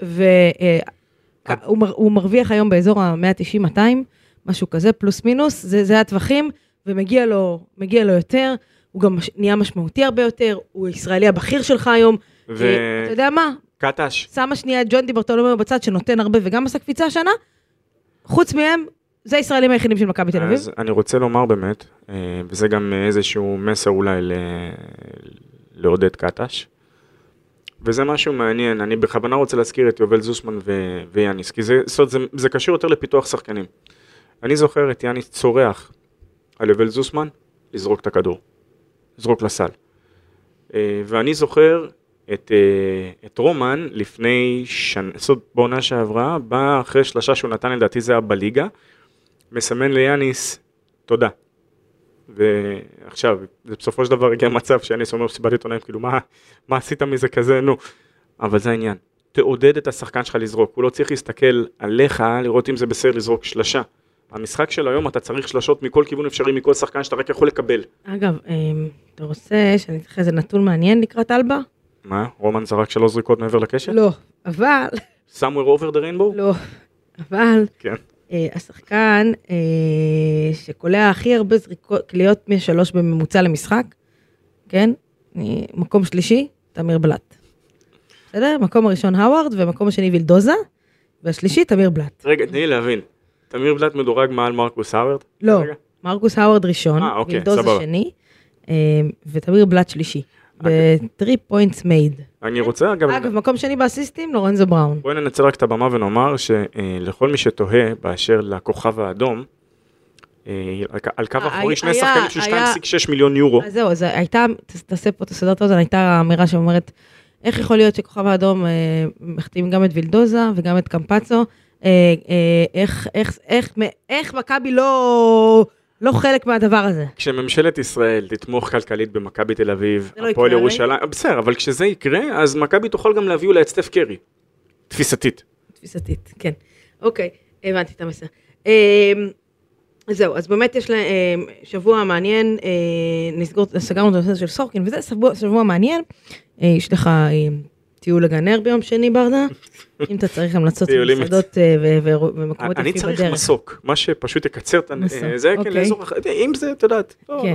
והוא מרוויח היום באזור ה-190-200, משהו כזה, פלוס מינוס, זה הטווחים, ומגיע לו יותר, הוא גם נהיה משמעותי הרבה יותר, הוא ישראלי הבכיר שלך היום, אתה יודע מה? קטש. שמה שנייה ג'ון דיברטולומיאו בצד, שנותן הרבה וגם עשה קפיצה השנה, חוץ מהם, זה הישראלים היחידים של מכבי תל אביב. אז אני רוצה לומר באמת, וזה גם איזשהו מסר אולי לעודד קטש, וזה משהו מעניין, אני בכוונה רוצה להזכיר את יובל זוסמן ויאניס, כי זה קשור יותר לפיתוח שחקנים. אני זוכר את יאניס צורח על יובל זוסמן, לזרוק את הכדור, לזרוק לסל. ואני זוכר את רומן לפני שנה, בעונה שעברה, בא אחרי 3 שהוא נתן, לדעתי זה היה בליגה, מסמן ליאניס, תודה. ועכשיו, זה בסופו של דבר הגיע מצב שיאניס אומר בסיבת עיתונאים, כאילו, מה עשית מזה כזה? נו. אבל זה העניין. תעודד את השחקן שלך לזרוק. הוא לא צריך להסתכל עליך, לראות אם זה בסדר לזרוק שלשה. המשחק של היום, אתה צריך שלשות מכל כיוון אפשרי, מכל שחקן שאתה רק יכול לקבל. אגב, אתה רוצה שאני אתחיל איזה נתון מעניין לקראת אלבה? מה? רומן זרק 3 זריקות מעבר לקשת? לא, אבל Somewhere over the rainbow? לא, אבל כן. השחקן שקולע הכי הרבה קליעות מ3 בממוצע למשחק, כן? מקום שלישי, תמיר בלט. בסדר? מקום הראשון האוורד, ומקום השני וילדוזה, והשלישי תמיר בלט. רגע, תני לי להבין. תמיר בלט מדורג מעל מרקוס האוורד? לא, מרקוס האוורד ראשון, אוקיי, וילדוזה סבבה. שני, ותמיר בלט שלישי. ב3 points made. אני רוצה אגב... אגב, מקום שני באסיסטים, לורנזו בראון. בואי ננצל רק את הבמה ונאמר שלכל מי שתוהה באשר לכוכב האדום, על קו האחורי שני שחקנים של 2.6 מיליון יורו. אז זהו, אז הייתה, תעשה פה, תסדר את האוזן, הייתה אמירה שאומרת, איך יכול להיות שכוכב האדום מחתים גם את וילדוזה וגם את קמפצו, איך מכבי לא חלק מהדבר הזה. כשממשלת ישראל תתמוך כלכלית במכבי תל אביב, זה לא הפועל יקרה, ירושלים, בסדר, אבל כשזה יקרה, אז מכבי תוכל גם להביא אולי את סטף קרי. תפיסתית. תפיסתית, כן. אוקיי, הבנתי את המסר. זהו, אז באמת יש שבוע מעניין, סגרנו את הנושא של סורקין, וזה שבוע מעניין, יש לך טיול לגנר ביום שני ברדה, אם אתה צריך המלצות במסעדות ומקומות אני יפים צריך בדרך. מסוק, מה שפשוט יקצר את זה, כן, לאזור אחר, אם זה, את יודעת. כן,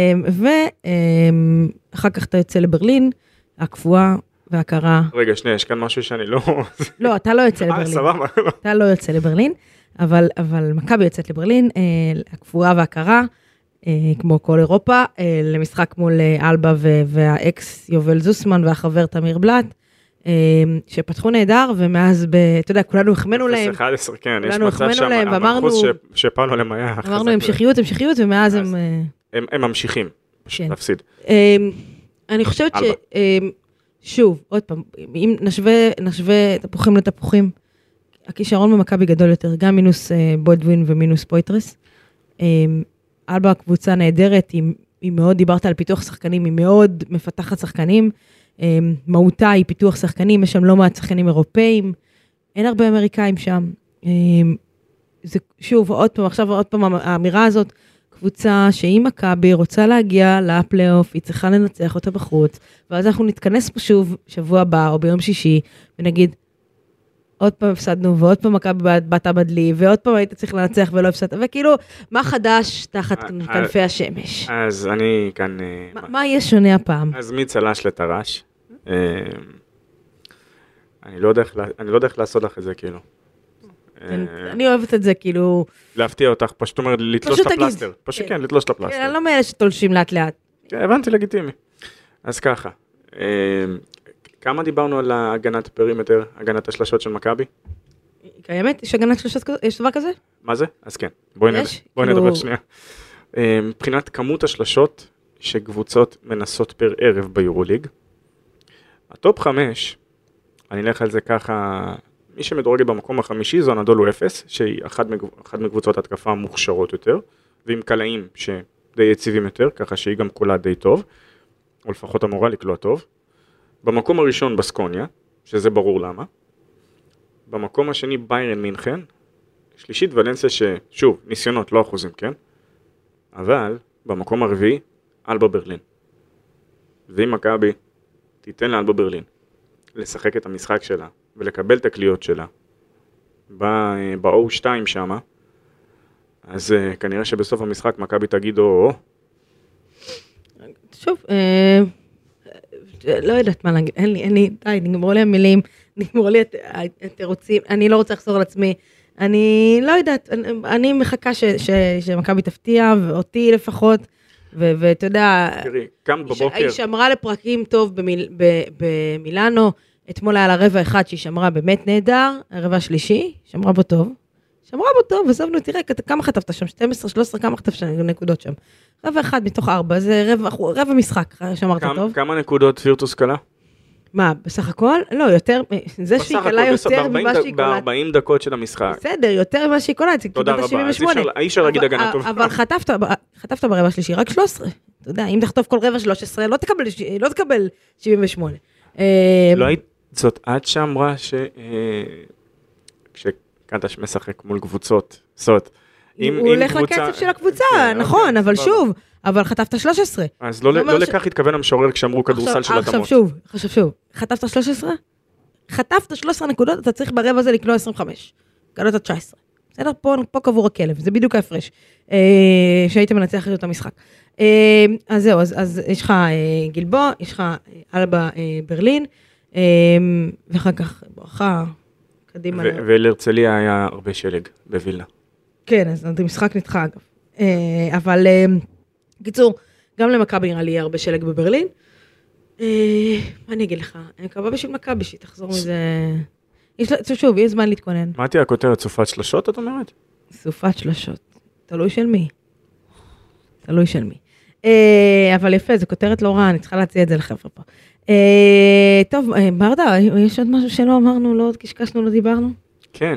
ואחר כך אתה יוצא לברלין, הקבועה וההכרה. רגע, שנייה, יש כאן משהו שאני לא... לא, אתה לא יוצא לברלין. סבבה. אתה לא יוצא לברלין, אבל מכבי יוצאת לברלין, הקבועה וההכרה, כמו כל אירופה, למשחק מול אלבה והאקס יובל זוסמן והחבר תמיר בלט, שפתחו נהדר, ומאז, אתה יודע, כולנו החמנו להם. 11, כן, יש מצב שם, המחוץ שפעלנו עליהם היה חזק. אמרנו המשכיות, ומאז הם... הם ממשיכים, פשוט להפסיד. אני חושבת שוב, עוד פעם, אם נשווה תפוחים לתפוחים, הכישרון במכבי גדול יותר, גם מינוס בודווין ומינוס פויטרס. אלבה הקבוצה נהדרת, היא מאוד, דיברת על פיתוח שחקנים, היא מאוד מפתחת שחקנים, מהותה היא פיתוח שחקנים, יש שם לא מעט שחקנים אירופאים, אין הרבה אמריקאים שם. זה שוב, עוד פעם האמירה הזאת, קבוצה שאם מכבי רוצה להגיע לפלייאוף, היא צריכה לנצח אותה בחוץ, ואז אנחנו נתכנס פה שוב שבוע הבא או ביום שישי, ונגיד, עוד פעם הפסדנו, ועוד פעם מכבי באת בדלי, ועוד פעם היית צריך לנצח ולא הפסדת, וכאילו, מה חדש תחת כנפי השמש? אז אני כאן... מה יהיה שונה הפעם? אז מצלש לטרש. אני לא יודע איך לעשות לך את זה, כאילו. אני אוהבת את זה, כאילו... להפתיע אותך, פשוט אומרת, לתלוש את הפלסטר. פשוט כן, לתלוש את הפלסטר. אני לא מאלה שתולשים לאט לאט. כן, הבנתי, לגיטימי. אז ככה, כמה דיברנו על הגנת פרימטר, הגנת השלשות של מכבי? קיימת? יש הגנת שלשות כזה? יש דבר כזה? מה זה? אז כן, בואי נדבר שנייה. מבחינת כמות השלשות שקבוצות מנסות פר ערב ביורוליג, הטופ 5, אני אלך על זה ככה, מי שמדורגת במקום החמישי זו הנדולו 0, שהיא אחת מקבוצות התקפה המוכשרות יותר, ועם קלעים שדי יציבים יותר, ככה שהיא גם קולה די טוב, או לפחות אמורה לקלוע טוב. במקום הראשון בסקוניה, שזה ברור למה. במקום השני ביירן מינכן, שלישית ולנסיה ששוב, ניסיונות, לא אחוזים, כן? אבל במקום הרביעי, אלבה ברלין. ואם מכבי תיתן לאלבה ברלין לשחק את המשחק שלה, ולקבל את הקליעות שלה, ב-O2 שמה, אז כנראה שבסוף המשחק מכבי תגיד או. שוב, לא יודעת מה להגיד, אין לי, די, נגמרו לי המילים, נגמרו לי התירוצים, אני לא רוצה לחזור על עצמי, אני לא יודעת, אני מחכה שמכבי תפתיע, ואותי לפחות, ואתה יודע, היא שמרה לפרקים טוב במילאנו, אתמול היה לה רבע אחד שהיא שמרה באמת נהדר, הרבע השלישי, שמרה בו טוב, עזבנו, תראה, כמה חטפת שם, 12, 13, כמה חטפת שם נקודות שם. רבע אחד מתוך 4, זה רבע משחק, שמרת טוב. כמה נקודות וירטוס קלה? מה, בסך הכל? לא, יותר, זה שהיא קלה יותר ממה שהיא קולה. ב-40 דקות של המשחק. בסדר, יותר ממה שהיא קולה, תודה רבה, אי אפשר להגיד הגנה טוב. אבל חטפת ברבע שלישי, רק 13. אתה יודע, אם תחטוף כל רבע 13, לא תקבל 78. לא היית זאת עד שאמרה כשקנטש משחק מול קבוצות, זאת, הוא הולך לקצב של הקבוצה, נכון, אבל שוב, אבל חטפת 13. אז לא לכך התכוון המשורר כשאמרו כדורסל של התאמות. עכשיו שוב, חטפת 13? חטפת 13 נקודות, אתה צריך ברבע הזה לקלוע 25. קלעת 19. בסדר? פה קבור הכלב, זה בדיוק ההפרש. שהיית מנצח את המשחק. אז זהו, אז יש לך גלבוע, יש לך אלבה ברלין, ואחר כך ברכה, קדימה. ולהרצליה היה הרבה שלג בווילנה. כן, אז זה משחק נדחה אגב. אבל, קיצור, גם למכבי נראה לי יהיה הרבה שלג בברלין. מה אני אגיד לך? אני מקווה בשביל מכבי שהיא תחזור מזה... שוב, יש זמן להתכונן. מה תהיה הכותרת? סופת שלשות, את אומרת? סופת שלשות. תלוי של מי. תלוי של מי. אבל יפה, זו כותרת לא רעה, אני צריכה להציע את זה לחבר'ה פה. טוב, ברדה, יש עוד משהו שלא אמרנו, לא עוד קשקשנו, לא דיברנו? כן,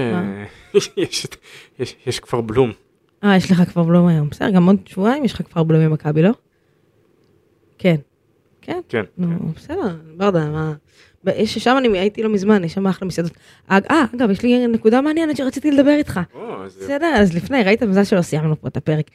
יש כפר בלום. יש לך כפר בלום היום. בסדר, גם עוד שבועיים יש לך כפר בלום במכבי, לא? כן. כן? כן. נו, בסדר, ברדה, מה... שם אני הייתי לא מזמן, יש שם אחלה מסעדות. אגב, יש לי נקודה מעניינת שרציתי לדבר איתך. בסדר, אז לפני, ראית מזל שלא סיימנו פה את הפרק.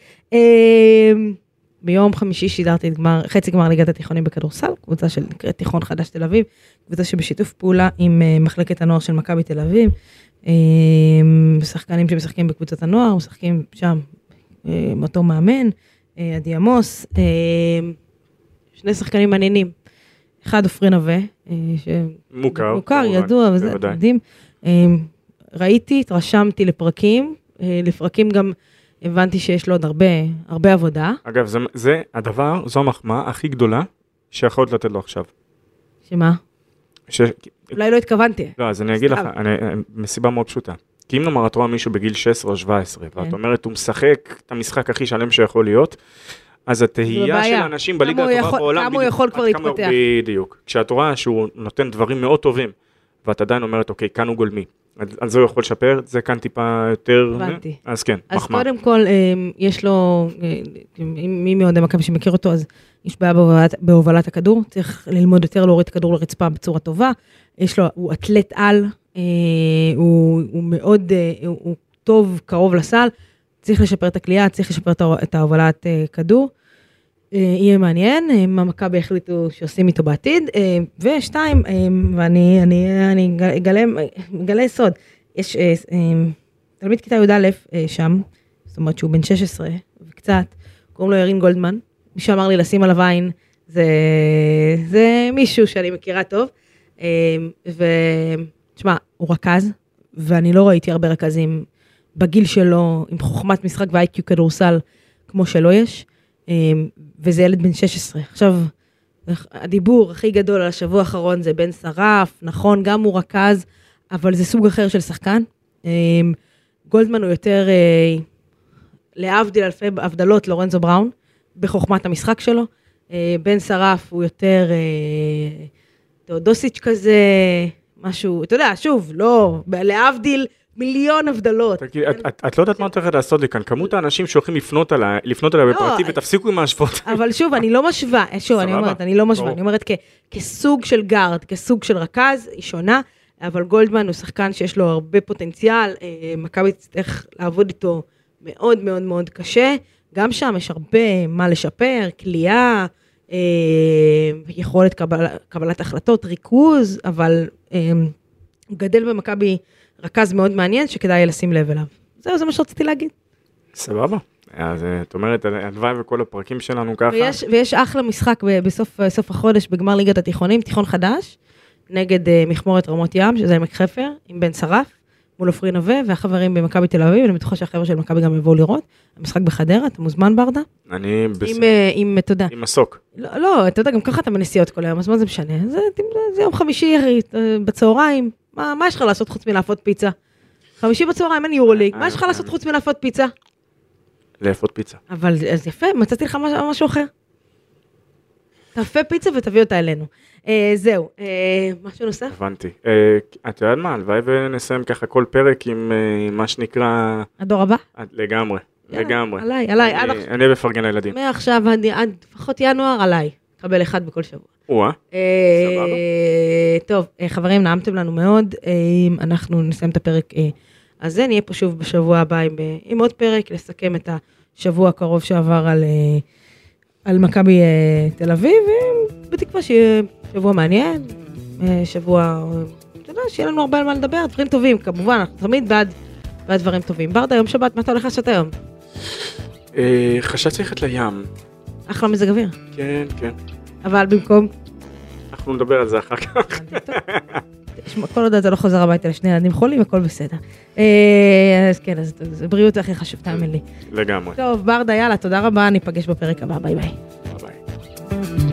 ביום חמישי שידרתי את חצי גמר ליגת התיכונים בכדורסל, קבוצה של תיכון חדש תל אביב, קבוצה שבשיתוף פעולה עם מחלקת הנוער של מכבי תל אביב, שחקנים שמשחקים בקבוצת הנוער, משחקים שם אותו מאמן, עדי עמוס, שני שחקנים מעניינים. אחד אופרי נווה, מוכר, ידוע, וזה מדהים. ראיתי, התרשמתי לפרקים גם הבנתי שיש לו עוד הרבה עבודה. אגב, זה הדבר, זו המחמאה הכי גדולה שיכולת לתת לו עכשיו. שמה? אולי לא התכוונתי. לא, אז אני אגיד לך, מסיבה מאוד פשוטה. כי אם נאמר, את רואה מישהו בגיל 16 או 17, ואת אומרת, הוא משחק את המשחק הכי שלם שיכול להיות, אז התהייה של האנשים בליגה הטובה בעולם, כמה הוא יכול כבר להתפתח. בדיוק. כשאת רואה שהוא נותן דברים מאוד טובים, ואת עדיין אומרת, אוקיי, כאן הוא גולמי. על זה הוא יכול לשפר, זה כאן טיפה יותר... הבנתי. אז כן, מחמאה. אז קודם כל, יש לו, מי מאוד מכבי שמכיר אותו, אז יש בעיה בהובלת הכדור, צריך ללמוד יותר להוריד כדור לרצפה בצורה טובה, יש לו, הוא אתלט על, הוא מאוד, הוא טוב, קרוב לסל, צריך לשפר את הקליעה, צריך לשפר את ההובלת כדור, יהיה מעניין, מה מכבי החליטו שעושים איתו בעתיד, ושתיים, ואני אגלה סוד, יש תלמיד כיתה י"א שם, זאת אומרת שהוא בן 16 וקצת, קוראים לו ירין גולדמן, מי שאמר לי לשים עליו עין, זה מישהו שאני מכירה טוב, ותשמע, הוא רכז, ואני לא ראיתי הרבה רכזים בגיל שלו, עם חוכמת משחק ו-IQ כדורסל, כמו שלו יש, וזה ילד בן 16. עכשיו, הדיבור הכי גדול על השבוע האחרון זה בן שרף, נכון, גם הוא רכז, אבל זה סוג אחר של שחקן. גולדמן הוא יותר, להבדיל אלפי הבדלות, לורנזו בראון, בחוכמת המשחק שלו. בן שרף הוא יותר תאודוסיץ' כזה, משהו, אתה יודע, שוב, לא, להבדיל, מיליון הבדלות. את לא יודעת מה הולכת לעשות לי כאן, כמות האנשים שהולכים לפנות עליי בפרטי, ותפסיקו עם ההשפעות. אבל שוב, אני לא משווה, אני לא משווה, אני אומרת כסוג של גארד, כסוג של רכז, היא שונה, אבל גולדמן הוא שחקן שיש לו הרבה פוטנציאל, מכבי תצטרך לעבוד איתו מאוד מאוד מאוד קשה, גם שם יש הרבה מה לשפר, קליעה, יכולת קבלת החלטות, ריכוז, אבל הוא גדל במכבי רכז מאוד מעניין שכדאי לשים לב אליו. זהו, זה מה שרציתי להגיד. סבבה. אז את אומרת, הלוואי וכל הפרקים שלנו ככה. ויש אחלה משחק בסוף החודש בגמר ליגת התיכונים, תיכון חדש, נגד מכמורת רמות ים, שזה עמק חפר, עם בן שרף, מול עופרי נווה, והחברים במכבי תל אביב, אני בטוחה שהחבר'ה של מכבי גם יבואו לראות. המשחק בחדרה, אתה מוזמן ברדה? אני עם, אתה יודע. עם מסוק. לא, אתה יודע, גם ככה אתה מנסיעות כל היום, אז מה זה משנה? זה יום חמישי בצהריים. מה יש לך לעשות חוץ מלאפות פיצה? חמישי בצהריים אין יורוליג, מה יש לך לעשות חוץ מלאפות פיצה? לאפות פיצה. אבל אז יפה, מצאתי לך משהו אחר. תאפה פיצה ותביא אותה אלינו. זהו, משהו נוסף? הבנתי. את יודעת מה, הלוואי ונסיים ככה כל פרק עם מה שנקרא... הדור הבא? לגמרי, לגמרי. עליי. אני בפרגן לילדים. מעכשיו עד לפחות ינואר, עליי. קבל אחד בכל שבוע. סבבה. טוב, חברים, נעמתם לנו מאוד. אנחנו נסיים את הפרק הזה, נהיה פה שוב בשבוע הבא עם עוד פרק, לסכם את השבוע הקרוב שעבר על מכבי תל אביב, בתקווה שיהיה שבוע מעניין, שבוע, אתה יודע, שיהיה לנו הרבה על מה לדבר, דברים טובים, כמובן, אנחנו תמיד בעד דברים טובים. ברדה, יום שבת, מה אתה הולך לעשות היום? חשבתי ללכת לים. אחלה מזג אוויר. כן, כן. אבל במקום... אנחנו נדבר על זה אחר כך. כל עוד אתה לא חוזר הביתה לשני ילדים חולים, הכל בסדר. אז כן, אז בריאות הכי חשוב, תאמין לי. לגמרי. טוב, ברדה, יאללה, תודה רבה, ניפגש בפרק הבא, ביי ביי. ביי.